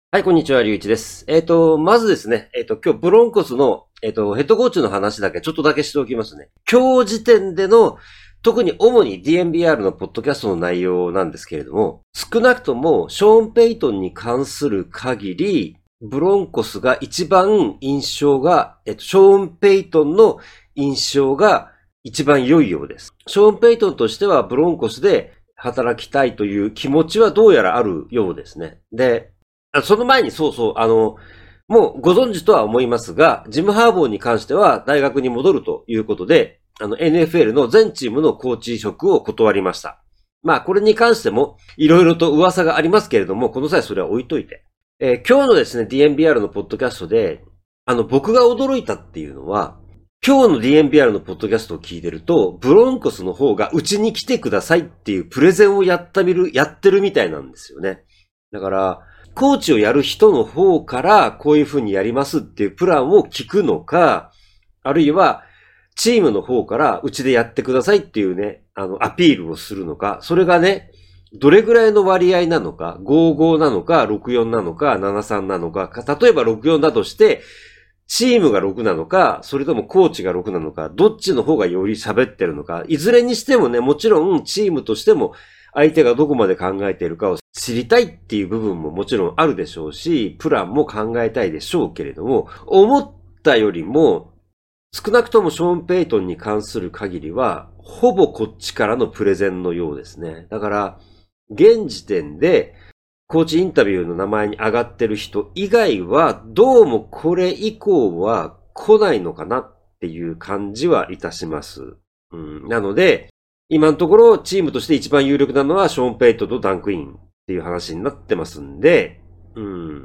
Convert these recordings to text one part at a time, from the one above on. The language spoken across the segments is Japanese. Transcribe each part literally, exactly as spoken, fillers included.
はい、こんにちは、りゅういちです。えっ、と、まずですね、えっ、と、今日ブロンコスの、えっ、と、ヘッドコーチの話だけちょっとだけしておきますね。今日時点での、特に主に ディーエヌビーアール のポッドキャストの内容なんですけれども、少なくともショーン・ペイトンに関する限り、ブロンコスが一番印象が、えっ、と、ショーン・ペイトンの印象が一番良いようです。ショーン・ペイトンとしてはブロンコスで働きたいという気持ちはどうやらあるようですね。で、その前にそうそう、あの、もうご存知とは思いますが、ジム・ハーボーに関しては大学に戻るということで、あの エヌエフエル の全チームのコーチ職を断りました。まあこれに関してもいろいろと噂がありますけれども、この際それは置いといて。えー、今日のですね、ディーエヌビーアール のポッドキャストで、あの僕が驚いたっていうのは、今日の ディーエヌビーアール のポッドキャストを聞いてると、ブロンコスの方がうちに来てくださいっていうプレゼンをやってみる、やってるみたいなんですよね。だから、コーチをやる人の方からこういう風にやりますっていうプランを聞くのか、あるいはチームの方からうちでやってくださいっていうね、あの、アピールをするのか、それがね、どれぐらいの割合なのか、ごじゅうごなのか、ろくじゅうよんなのか、ななじゅうさんなのか、例えばろくじゅうよんだとして、チームがろくなのか、それともコーチがろくなのか、どっちの方がより喋ってるのか、いずれにしてもね、もちろんチームとしても相手がどこまで考えているかを知りたいっていう部分ももちろんあるでしょうし、プランも考えたいでしょうけれども、思ったよりも、少なくともショーン・ペイトンに関する限りは、ほぼこっちからのプレゼンのようですね。だから、現時点で、コーチインタビューの名前に上がってる人以外は、どうもこれ以降は来ないのかなっていう感じはいたします。うん、なので、今のところチームとして一番有力なのはショーン・ペイトンとダンクインっていう話になってますんで、うん、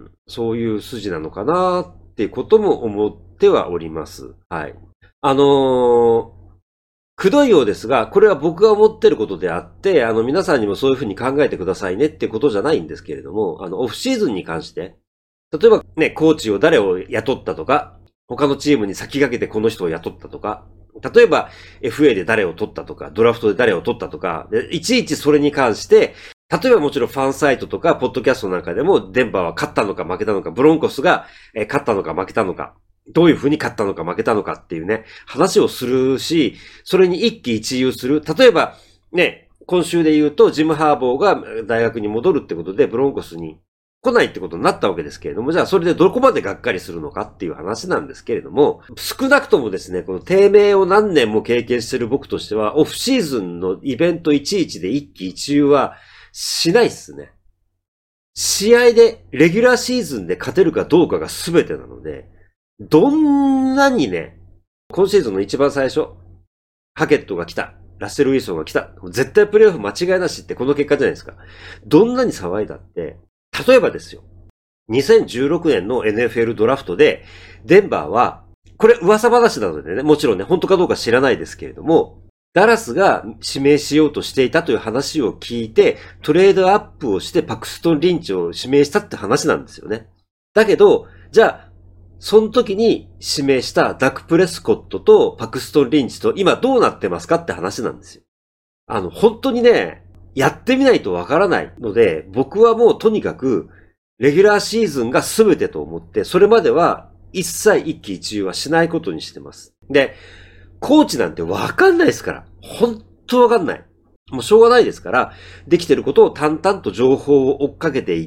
そういう筋なのかなっていうことも思ってはおります。はい。あのー、くどいようですが、これは僕が思ってることであって、あの皆さんにもそういうふうに考えてくださいねってことじゃないんですけれども、あのオフシーズンに関して、例えばね、コーチを誰を雇ったとか、他のチームに先駆けてこの人を雇ったとか、例えば エフエー で誰を取ったとか、ドラフトで誰を取ったとか、いちいちそれに関して、例えばもちろんファンサイトとか、ポッドキャストなんかでも、デンバーは勝ったのか負けたのか、ブロンコスが勝ったのか負けたのか、どういう風に勝ったのか負けたのかっていうね、話をするし、それに一喜一憂する。例えば、ね、今週で言うと、ジム・ハーボーが大学に戻るってことで、ブロンコスに来ないってことになったわけですけれども、じゃあそれでどこまでがっかりするのかっていう話なんですけれども、少なくともですね、この低迷を何年も経験している僕としては、オフシーズンのイベントいちいちで一喜一憂はしないっすね。試合で、レギュラーシーズンで勝てるかどうかが全てなので、どんなにね、今シーズンの一番最初、ハケットが来た、ラッセル・ウィルソンが来た、絶対プレイオフ間違いなしってこの結果じゃないですか。どんなに騒いだって、例えばですよ、にせんじゅうろくねんの エヌエフエル ドラフトで、デンバーは、これ噂話なのでね、もちろんね、本当かどうか知らないですけれども、ダラスが指名しようとしていたという話を聞いて、トレードアップをしてパクストン・リンチを指名したって話なんですよね。だけど、じゃあ、その時に指名したダック・プレスコットとパクストン・リンチと今どうなってますかって話なんですよ。あの、本当にね、やってみないとわからないので、僕はもうとにかく、レギュラーシーズンが全てと思って、それまでは一切一喜一憂はしないことにしてます。で、コーチなんてわかんないですから。本当わかんない。もうしょうがないですから、できてることを淡々と情報を追っかけていって、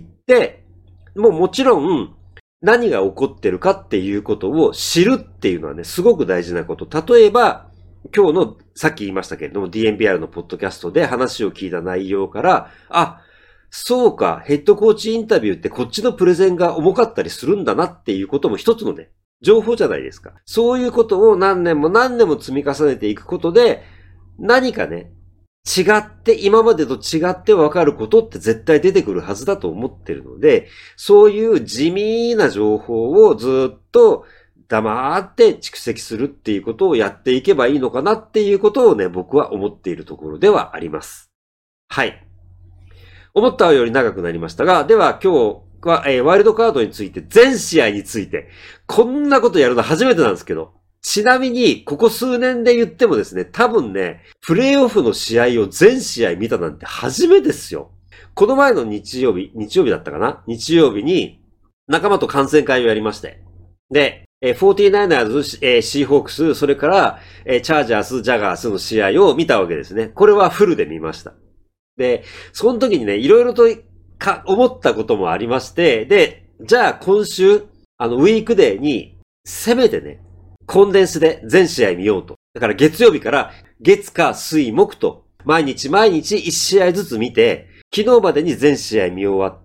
もうもちろん、何が起こってるかっていうことを知るっていうのはね、すごく大事なこと。例えば、今日の、さっき言いましたけれども、ディーエヌビーアール のポッドキャストで話を聞いた内容から、あ、そうか、ヘッドコーチインタビューってこっちのプレゼンが重かったりするんだなっていうことも一つのね、情報じゃないですか。そういうことを何年も何年も積み重ねていくことで、何かね、違って、今までと違って分かることって絶対出てくるはずだと思ってるので、そういう地味な情報をずっと黙って蓄積するっていうことをやっていけばいいのかなっていうことをね、僕は思っているところではあります。はい。思ったより長くなりましたが、では今日は、えー、ワイルドカードについて、全試合について、こんなことやるの初めてなんですけど、ちなみに、ここ数年で言ってもですね、多分ね、プレイオフの試合を全試合見たなんて初めてですよ。この前の日曜日、日曜日だったかな日曜日に、 仲間と観戦会をやりまして。で、えー、フォーティーナイナーズ、えー、シーホークス、それから、えー、チャージャース、ジャガースの試合を見たわけですね。これはフルで見ました。で、その時にね、いろいろとか思ったこともありまして、で、じゃあ今週、あの、ウィークデーに、せめてね、コンデンスで全試合見ようと。だから月曜日から月火水木と、毎日毎日いち試合ずつ見て、昨日までに全試合見終わって、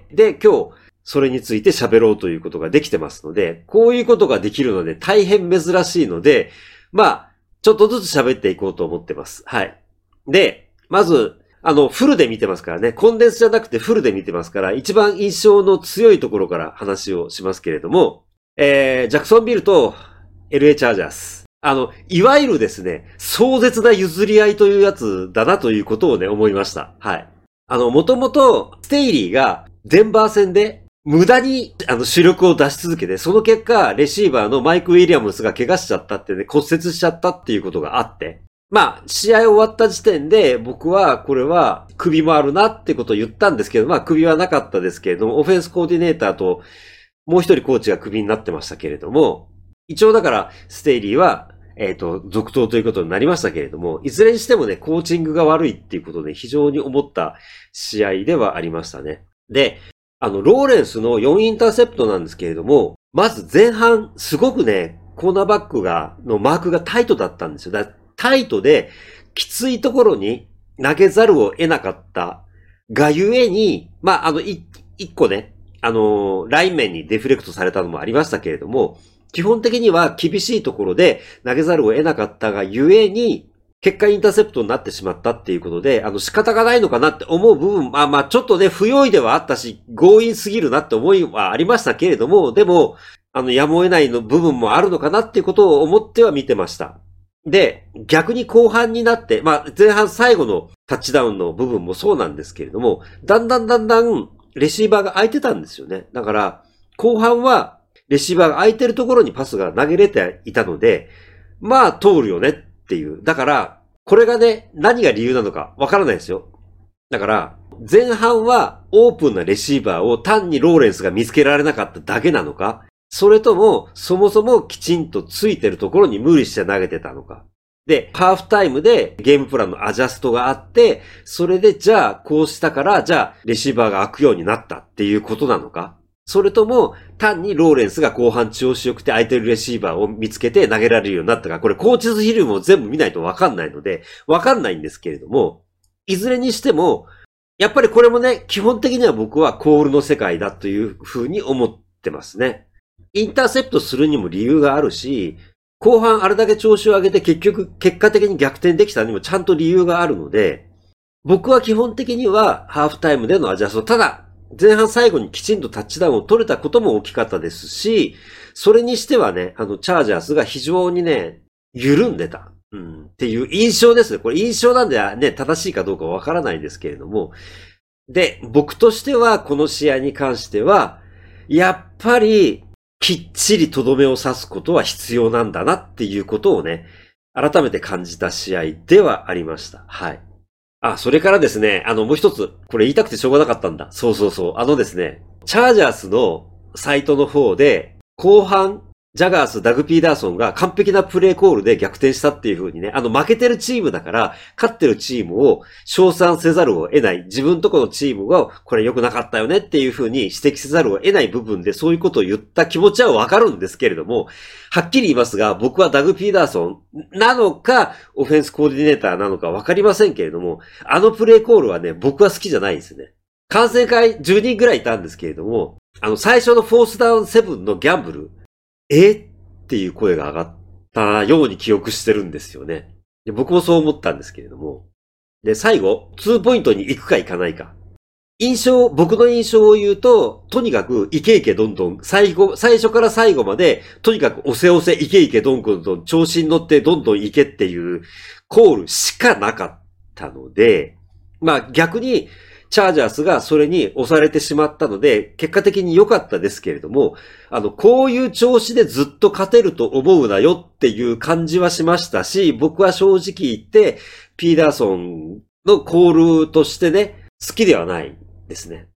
で、今日、それについて喋ろうということができてますので、こういうことができるので大変珍しいので、まあ、ちょっとずつ喋っていこうと思ってます。はい。で、まず、あの、フルで見てますからね。コンデンスじゃなくてフルで見てますから、一番印象の強いところから話をしますけれども、えー、ジャクソンビルと エルエー チャージャース。あの、いわゆるですね、壮絶な譲り合いというやつだなということをね、思いました。はい。あの、もともと、ステイリーがデンバー戦で、無駄に、あの、主力を出し続けて、その結果、レシーバーのマイク・ウィリアムスが怪我しちゃったってね、骨折しちゃったっていうことがあって、まあ、試合終わった時点で、僕は、これは、首もあるなってことを言ったんですけど、まあ、首はなかったですけれども、オフェンスコーディネーターと、もう一人コーチが首になってましたけれども、一応だから、ステイリーは、えっと、続投ということになりましたけれども、いずれにしてもね、コーチングが悪いっていうことで非常に思った試合ではありましたね。で、あの、ローレンスのよんインターセプトなんですけれども、まず前半、すごくね、コーナーバックが、のマークがタイトだったんですよ。だタイトで、きついところに投げざるを得なかったがゆえに、まあ、あの、い、一個ね、あの、ライン面にデフレクトされたのもありましたけれども、基本的には厳しいところで投げざるを得なかったがゆえに、結果インターセプトになってしまったっていうことで、あの仕方がないのかなって思う部分、まあまあちょっとね、不用意ではあったし、強引すぎるなって思いはありましたけれども、でも、あの、やむを得ないの部分もあるのかなっていうことを思っては見てました。で、逆に後半になって、まあ前半最後のタッチダウンの部分もそうなんですけれども、だんだんだんだんレシーバーが空いてたんですよね。だから、後半はレシーバーが空いてるところにパスが投げれていたので、まあ通るよねっていう。だから、これがね、何が理由なのかわからないですよ。だから、前半はオープンなレシーバーを単にローレンスが見つけられなかっただけなのか、それとも、そもそもきちんとついてるところに無理して投げてたのか。で、ハーフタイムでゲームプランのアジャストがあって、それでじゃあこうしたから、じゃあレシーバーが開くようになったっていうことなのか。それとも、単にローレンスが後半調子良くて空いてるレシーバーを見つけて投げられるようになったか、これコーチズフィルムを全部見ないとわかんないので、わかんないんですけれども、いずれにしても、やっぱりこれもね、基本的には僕はコールの世界だというふうに思ってますね。インターセプトするにも理由があるし、後半あれだけ調子を上げて結局結果的に逆転できたにもちゃんと理由があるので、僕は基本的にはハーフタイムでのアジャスト、ただ、前半最後にきちんとタッチダウンを取れたことも大きかったですし、それにしてはね、あの、チャージャースが非常にね、緩んでた。うん、っていう印象ですね。これ印象なんでね、正しいかどうかわからないですけれども。で、僕としてはこの試合に関しては、やっぱり、きっちりとどめを刺すことは必要なんだなっていうことをね、改めて感じた試合ではありました。はい。あ、それからですね、あの、もう一つ、これ言いたくてしょうがなかったんだ。そうそうそう。あのですね、チャージャースのサイトの方で、後半、ジャガース、ダグ・ピーダーソンが完璧なプレーコールで逆転したっていう風にね、あの、負けてるチームだから、勝ってるチームを称賛せざるを得ない。自分とこのチームが、これ良くなかったよねっていう風に指摘せざるを得ない部分で、そういうことを言った気持ちはわかるんですけれども、はっきり言いますが、僕はダグ・ピーダーソンなのか、オフェンスコーディネーターなのかわかりませんけれども、あのプレーコールはね、僕は好きじゃないんですね。観戦会じゅうにんぐらいいたんですけれども、あの、最初のフォースダウンセブンのギャンブル、えっていう声が上がったように記憶してるんですよね。で、僕もそう思ったんですけれども。で、最後、ツーポイントに行くか行かないか。印象、僕の印象を言うと、とにかく、イケイケどんどん、最後、最初から最後まで、とにかく押せ押せ、イケイケどんどんどん、調子に乗ってどんどん行けっていうコールしかなかったので、まあ逆に、チャージャースがそれに押されてしまったので、結果的に良かったですけれども、あの、こういう調子でずっと勝てると思うなよっていう感じはしましたし、僕は正直言って、ピーダーソンのコールとしてね、好きではないですね。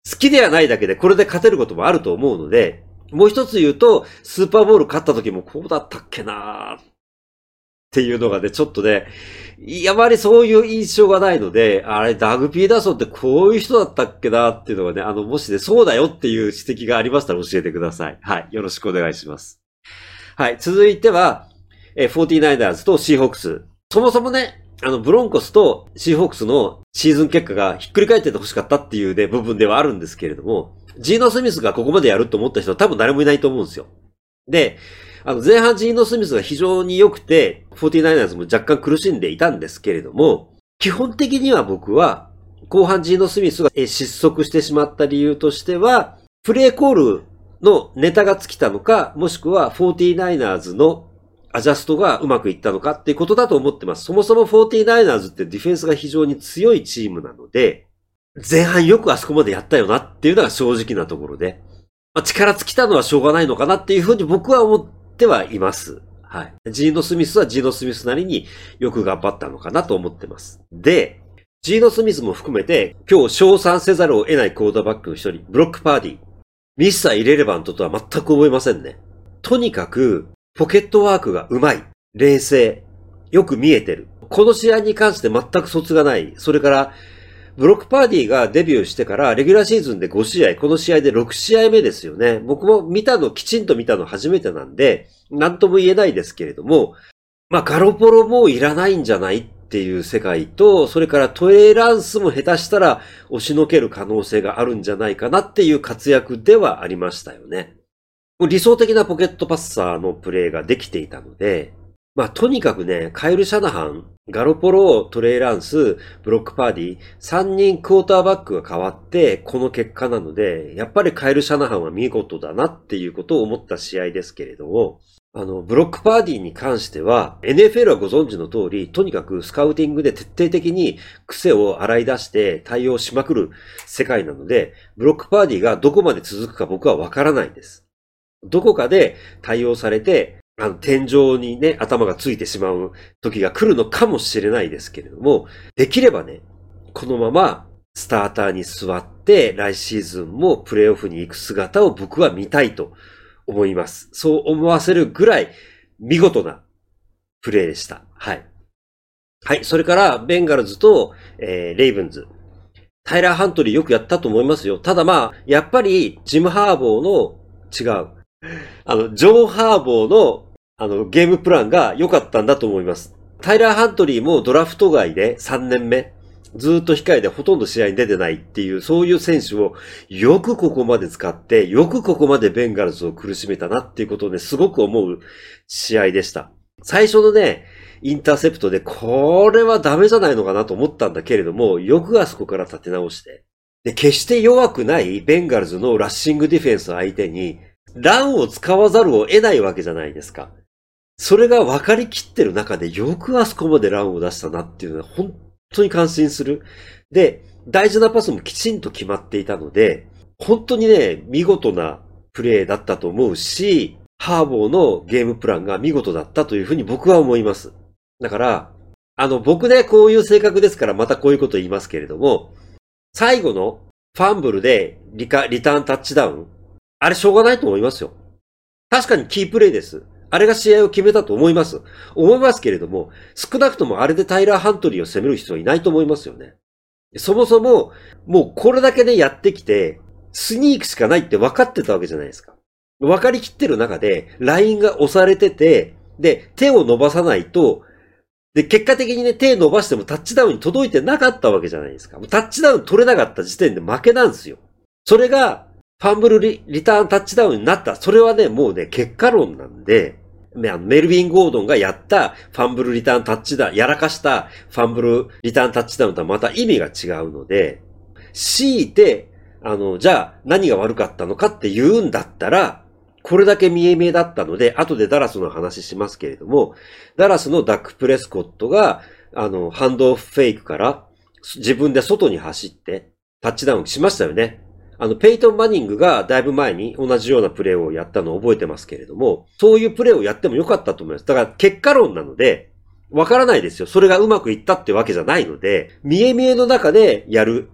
好きではないだけでこれで勝てることもあると思うので、もう一つ言うと、スーパーボール勝った時もこうだったっけなーっていうのがね、ちょっとね、あまりそういう印象がないので、あれ、ダグ・ピーターソンってこういう人だったっけなっていうのがね、あの、もしね、そうだよっていう指摘がありましたら教えてください。はい。よろしくお願いします。はい。続いては、えー、フォーティーナイナーズとシーホークス。そもそもね、あの、ブロンコスとシーホークスのシーズン結果がひっくり返ってて欲しかったっていうね、部分ではあるんですけれども、ジーノ・スミスがここまでやると思った人は多分誰もいないと思うんですよ。で、あの、前半ジーノ・スミスが非常に良くて、フォーティーナイナーズも若干苦しんでいたんですけれども、基本的には僕は、後半ジーノ・スミスが失速してしまった理由としては、プレーコールのネタが尽きたのか、もしくはフォーティーナイナーズのアジャストがうまくいったのかっていうことだと思ってます。そもそもフォーティーナイナーズってディフェンスが非常に強いチームなので、前半よくあそこまでやったよなっていうのが正直なところで、まあ、力尽きたのはしょうがないのかなっていうふうに僕は思ってはいます。はい。ジーノ・スミスはジーノ・スミスなりによく頑張ったのかなと思ってます。で、ジーノ・スミスも含めて今日称賛せざるを得ないクォーターバックの一人、ブロック・パーディー。ミスター・イレレバントとは全く思えませんね。とにかく、ポケットワークがうまい。冷静。よく見えてる。この試合に関して全く卒がない。それから、ブロックパーディーがデビューしてから、レギュラーシーズンでご試合、この試合でろく試合目ですよね。僕も見たの、きちんと見たの初めてなんで、なんとも言えないですけれども、まあ、ガロポロもういらないんじゃないっていう世界と、それからトレーランスも下手したら押しのける可能性があるんじゃないかなっていう活躍ではありましたよね。理想的なポケットパッサーのプレーができていたので、まあとにかくね、カイル・シャナハン、ガロポロ、トレイランス、ブロックパーディ、さんにんクォーターバックが変わってこの結果なので、やっぱりカイル・シャナハンは見事だなっていうことを思った試合ですけれども、あの、ブロックパーディに関しては、エヌエフエル はご存知の通り、とにかくスカウティングで徹底的に癖を洗い出して対応しまくる世界なので、ブロックパーディがどこまで続くか僕はわからないです。どこかで対応されて、あの、天井にね、頭がついてしまう時が来るのかもしれないですけれども、できればね、このままスターターに座って、来シーズンもプレイオフに行く姿を僕は見たいと思います。そう思わせるぐらい見事なプレーでした。はい。はい。それから、ベンガルズと、えー、レイブンズ。タイラー・ハントリーよくやったと思いますよ。ただまあ、やっぱり、ジム・ハーボーの違う。あの、ジョー・ハーボーの、あの、ゲームプランが良かったんだと思います。タイラー・ハントリーもドラフト外でさんねんめ、ずーっと控えでほとんど試合に出てないっていう、そういう選手をよくここまで使って、よくここまでベンガルズを苦しめたなっていうことをね、すごく思う試合でした。最初のね、インターセプトで、これはダメじゃないのかなと思ったんだけれども、よくあそこから立て直して、で、決して弱くないベンガルズのラッシングディフェンス相手に、ランを使わざるを得ないわけじゃないですか。それが分かりきってる中でよくあそこまでランを出したなっていうのは本当に感心する。で、大事なパスもきちんと決まっていたので、本当にね、見事なプレーだったと思うし、ハーボーのゲームプランが見事だったというふうに僕は思います。だから、あの、僕ね、こういう性格ですからまたこういうこと言いますけれども、最後のファンブルでリカ、リターンタッチダウン、あれしょうがないと思いますよ。確かにキープレイです。あれが試合を決めたと思います。思いますけれども、少なくともあれでタイラー・ハントリーを攻める人はいないと思いますよね。そもそも、もうこれだけでやってきて、スニークしかないって分かってたわけじゃないですか。分かりきってる中で、ラインが押されてて、で、手を伸ばさないと、で、結果的にね、手伸ばしてもタッチダウンに届いてなかったわけじゃないですか。タッチダウン取れなかった時点で負けなんですよ。それが、ファンブル リ, リターンタッチダウンになった。それはね、もうね、結果論なんで、ね、あのメルビン・ゴードンがやったファンブルリターンタッチダウン、やらかしたファンブルリターンタッチダウンとはまた意味が違うので、強いて、あの、じゃあ何が悪かったのかって言うんだったら、これだけ見え見えだったので、後でダラスの話しますけれども、ダラスのダック・プレスコットが、あの、ハンドオフフェイクから自分で外に走ってタッチダウンしましたよね。あの、ペイトン・マニングがだいぶ前に同じようなプレーをやったのを覚えてますけれども、そういうプレーをやってもよかったと思います。だから結果論なので、わからないですよ。それがうまくいったってわけじゃないので、見え見えの中でやる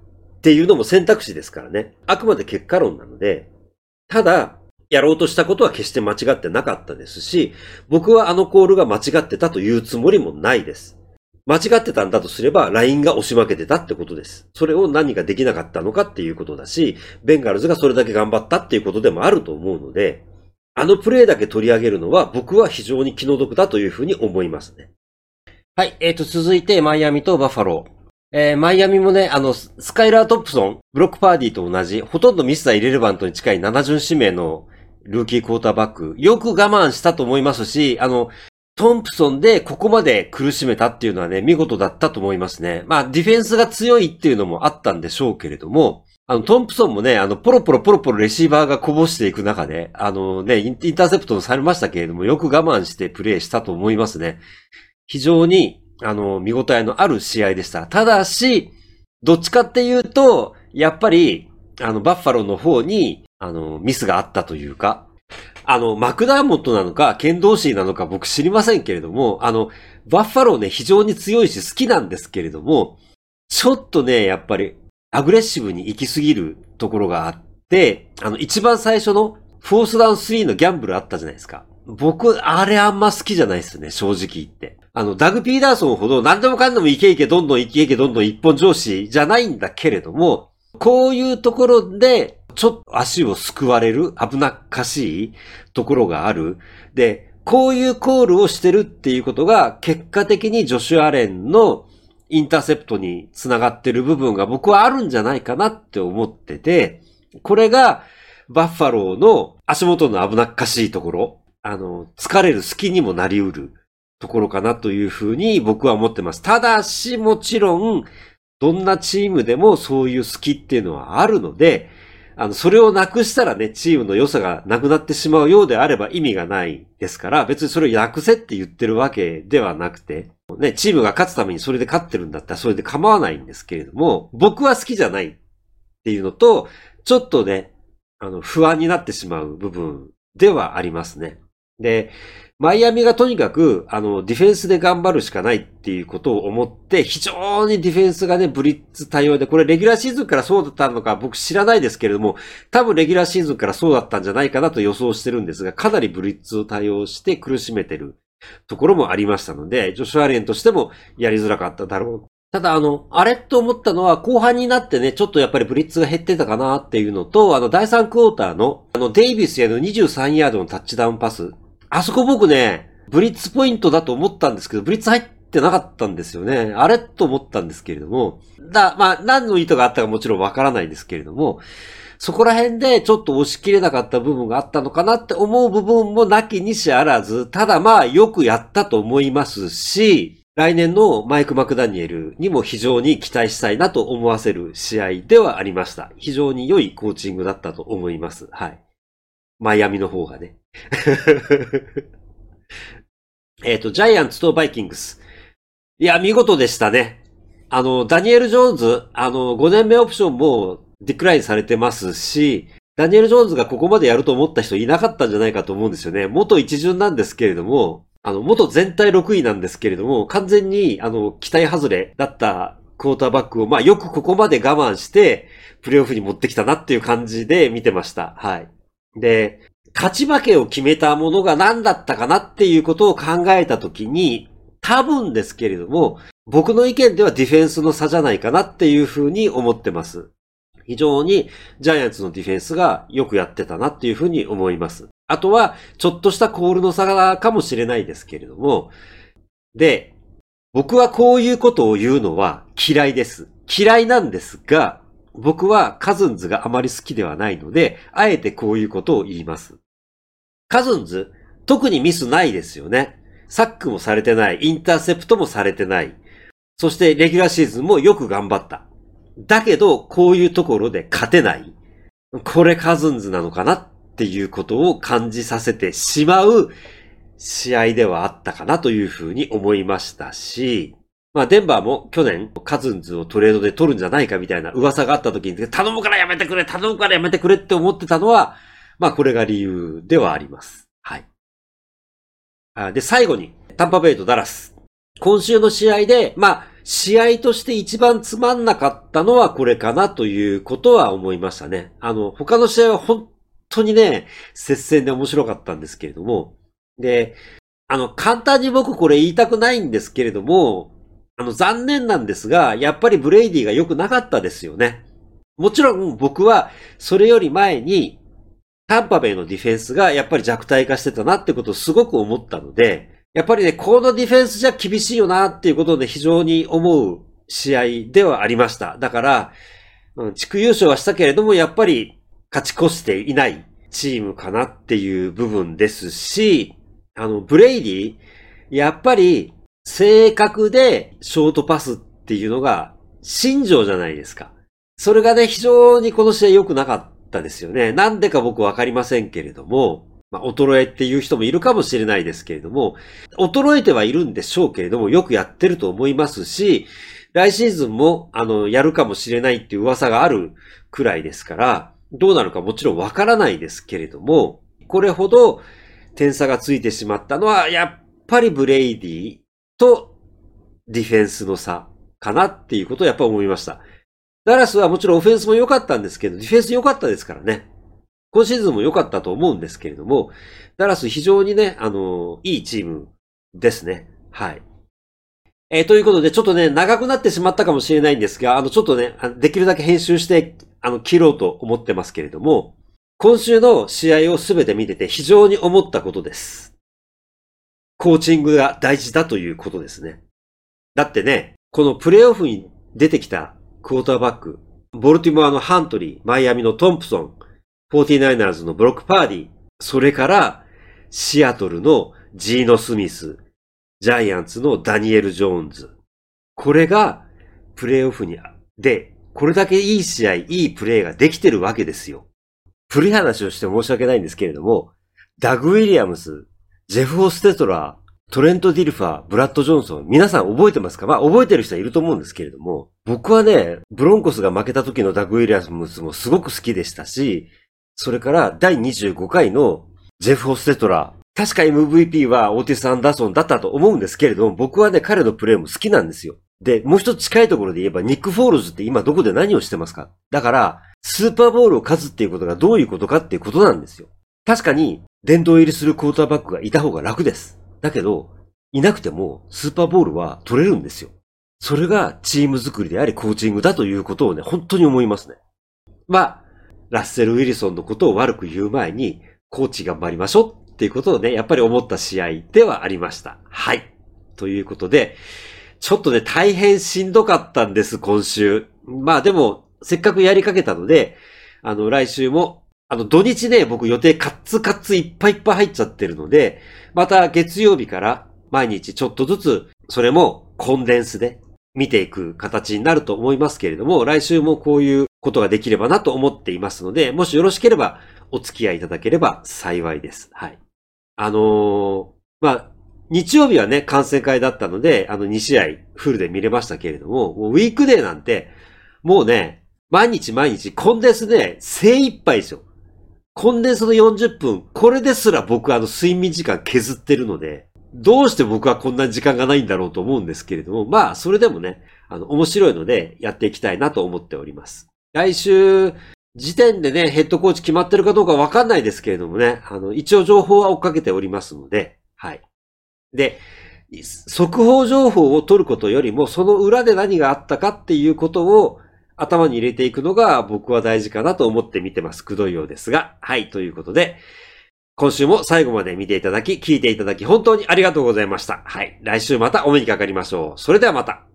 っていうのも選択肢ですからね。あくまで結果論なので、ただ、やろうとしたことは決して間違ってなかったですし、僕はあのコールが間違ってたというつもりもないです。間違ってたんだとすれば、ライン が押し負けてたってことです。それを何ができなかったのかっていうことだし、ベンガルズがそれだけ頑張ったっていうことでもあると思うので、あのプレーだけ取り上げるのは僕は非常に気の毒だというふうに思いますね。はい、えーと、続いてマイアミとバファロー。えー、マイアミもね、あの、スカイラー・トンプソン、ブロックパーディーと同じ、ほとんどミスター・イレレバントに近いなな巡指名のルーキークォーターバック、よく我慢したと思いますし、あの、トンプソンでここまで苦しめたっていうのはね、見事だったと思いますね。まあ、ディフェンスが強いっていうのもあったんでしょうけれども、あの、トンプソンもね、あの、ポロポロポロポロレシーバーがこぼしていく中で、あのね、インターセプトもされましたけれども、よく我慢してプレーしたと思いますね。非常に、あの、見応えのある試合でした。ただし、どっちかっていうと、やっぱり、あの、バッファローの方に、あの、ミスがあったというか、あの、マクダーモットなのか、ケンドーシーなのか僕知りませんけれども、あの、バッファローね、非常に強いし好きなんですけれども、ちょっとね、やっぱり、アグレッシブに行き過ぎるところがあって、あの、一番最初の、フォースダウンスリーのギャンブルあったじゃないですか。僕、あれあんま好きじゃないですね、正直言って。あの、ダグ・ピーダーソンほど何でもかんでもいけいけどんどんいけいけどんどん一本上司じゃないんだけれども、こういうところで、ちょっと足をすくわれる危なっかしいところがある。で、こういうコールをしてるっていうことが、結果的にジョシュ・アレンのインターセプトにつながってる部分が僕はあるんじゃないかなって思ってて、これがバッファローの足元の危なっかしいところ、あの、疲れる隙にもなり得るところかなというふうに僕は思ってます。ただし、もちろん、どんなチームでもそういう隙っていうのはあるので、あの、それをなくしたらね、チームの良さがなくなってしまうようであれば意味がないですから、別にそれをなくせって言ってるわけではなくて、ね、チームが勝つためにそれで勝ってるんだったらそれで構わないんですけれども、僕は好きじゃないっていうのと、ちょっとね、あの、不安になってしまう部分ではありますね。で、マイアミがとにかく、あの、ディフェンスで頑張るしかないっていうことを思って、非常にディフェンスがね、ブリッツ対応で、これレギュラーシーズンからそうだったのか僕知らないですけれども、多分レギュラーシーズンからそうだったんじゃないかなと予想してるんですが、かなりブリッツを対応して苦しめてるところもありましたので、ジョシュアレンとしてもやりづらかっただろう。ただあの、あれと思ったのは後半になってね、ちょっとやっぱりブリッツが減ってたかなっていうのと、あの、だいさんクォーターの、あの、デイビスへのにじゅうさんヤードのタッチダウンパス。あそこ僕ね、ブリッツポイントだと思ったんですけど、ブリッツ入ってなかったんですよね。あれと思ったんですけれども。だ、まあ、何の意図があったかもちろんわからないですけれども、そこら辺でちょっと押し切れなかった部分があったのかなって思う部分もなきにしあらず、ただまあ、よくやったと思いますし、来年のマイク・マクダニエルにも非常に期待したいなと思わせる試合ではありました。非常に良いコーチングだったと思います。はい。マイアミの方がね。えっと、ジャイアンツとバイキングス。いや、見事でしたね。あの、ダニエル・ジョーンズ、あの、ごねんめオプションもディクラインされてますし、ダニエル・ジョーンズがここまでやると思った人いなかったんじゃないかと思うんですよね。元一巡なんですけれども、あの、元全体ろくいなんですけれども、完全に、あの、期待外れだったクォーターバックを、まあ、よくここまで我慢して、プレイオフに持ってきたなっていう感じで見てました。はい。で、勝ち負けを決めたものが何だったかなっていうことを考えたときに、多分ですけれども、僕の意見ではディフェンスの差じゃないかなっていうふうに思ってます。非常にジャイアンツのディフェンスがよくやってたなっていうふうに思います。あとは、ちょっとしたコールの差かもしれないですけれども、で、僕はこういうことを言うのは嫌いです。嫌いなんですが、僕はカズンズがあまり好きではないので、あえてこういうことを言います。カズンズ、特にミスないですよね。サックもされてない。インターセプトもされてない。そしてレギュラーシーズンもよく頑張った。だけど、こういうところで勝てない。これカズンズなのかなっていうことを感じさせてしまう試合ではあったかなというふうに思いましたし、まあデンバーも去年カズンズをトレードで取るんじゃないかみたいな噂があった時に頼むからやめてくれ頼むからやめてくれって思ってたのは、まあこれが理由ではあります。はい。あで、最後にタンパベイとダラス。今週の試合で、まあ試合として一番つまんなかったのはこれかなということは思いましたね。あの、他の試合は本当にね、接戦で面白かったんですけれども、で、あの、簡単に僕これ言いたくないんですけれども、あの、残念なんですが、やっぱりブレイディが良くなかったですよね。もちろん僕はそれより前に、タンパベイのディフェンスがやっぱり弱体化してたなってことをすごく思ったので、やっぱりね、このディフェンスじゃ厳しいよなっていうことで非常に思う試合ではありました。だから、うん、地区優勝はしたけれども、やっぱり勝ち越していないチームかなっていう部分ですし、あの、ブレイディ、やっぱり正確でショートパスっていうのが信条じゃないですか。それがね、非常にこの試合良くなかったですよね。なんでか僕わかりませんけれども、まあ、衰えっていう人もいるかもしれないですけれども、衰えてはいるんでしょうけれども、よくやってると思いますし、来シーズンも、あの、やるかもしれないっていう噂があるくらいですから、どうなるかもちろんわからないですけれども、これほど点差がついてしまったのは、やっぱりブレイディとディフェンスの差かなっていうことをやっぱ思いました。ダラスはもちろんオフェンスも良かったんですけど、ディフェンス良かったですからね。今シーズンも良かったと思うんですけれども、ダラス非常にね、あの、いいチームですね。はい。えー、ということで、ちょっとね、長くなってしまったかもしれないんですが、あの、ちょっとね、できるだけ編集して、あの、切ろうと思ってますけれども、今週の試合をすべて見てて非常に思ったことです。コーチングが大事だということですね。だってね、このプレイオフに出てきたクォーターバック、ボルティモアのハントリー、マイアミのトンプソン、フォーティナイナーズのブロックパーディー、それからシアトルのジーノ・スミス、ジャイアンツのダニエル・ジョーンズ。これがプレイオフに、で、これだけいい試合、いいプレーができてるわけですよ。古い話をして申し訳ないんですけれども、ダグ・ウィリアムス、ジェフ・ホステトラー、トレント・ディルファー、ブラッド・ジョンソン、皆さん覚えてますか？まあ覚えてる人はいると思うんですけれども、僕はね、ブロンコスが負けた時のダグ・ウィリアムスもすごく好きでしたし、それからだいにじゅうごかいのジェフ・ホステトラー。確か エムブイピー はオーティス・アンダーソンだったと思うんですけれども、僕はね、彼のプレーも好きなんですよ。で、もう一つ近いところで言えば、ニック・フォールズって今どこで何をしてますか？だから、スーパーボールを勝つっていうことがどういうことかっていうことなんですよ。確かに、殿堂入りするクォーターバックがいた方が楽です。だけど、いなくてもスーパーボールは取れるんですよ。それがチーム作りでありコーチングだということをね、本当に思いますね。まあ、ラッセル・ウィルソンのことを悪く言う前に、コーチ頑張りましょうっていうことをね、やっぱり思った試合ではありました。はい。ということで、ちょっとね、大変しんどかったんです、今週。まあでも、せっかくやりかけたので、あの、来週も、あの、土日ね、僕予定カッツカッツいっぱいいっぱい入っちゃってるので、また月曜日から毎日ちょっとずつ、それもコンデンスで見ていく形になると思いますけれども、来週もこういうことができればなと思っていますので、もしよろしければお付き合いいただければ幸いです。はい。あのー、まあ、日曜日はね、観戦会だったので、あのに試合フルで見れましたけれども、もうウィークデーなんて、もうね、毎日毎日コンデンスで精一杯ですよ。コンデンスのよんじゅっぷん、これですら僕あの睡眠時間削ってるので、どうして僕はこんな時間がないんだろうと思うんですけれども、まあ、それでもね、あの、面白いのでやっていきたいなと思っております。来週、時点でね、ヘッドコーチ決まってるかどうかわかんないですけれどもね、あの、一応情報は追っかけておりますので、はい。で、速報情報を取ることよりも、その裏で何があったかっていうことを頭に入れていくのが僕は大事かなと思って見てます。くどいようですが。はい、ということで、今週も最後まで見ていただき、聞いていただき、本当にありがとうございました。はい、来週またお目にかかりましょう。それではまた。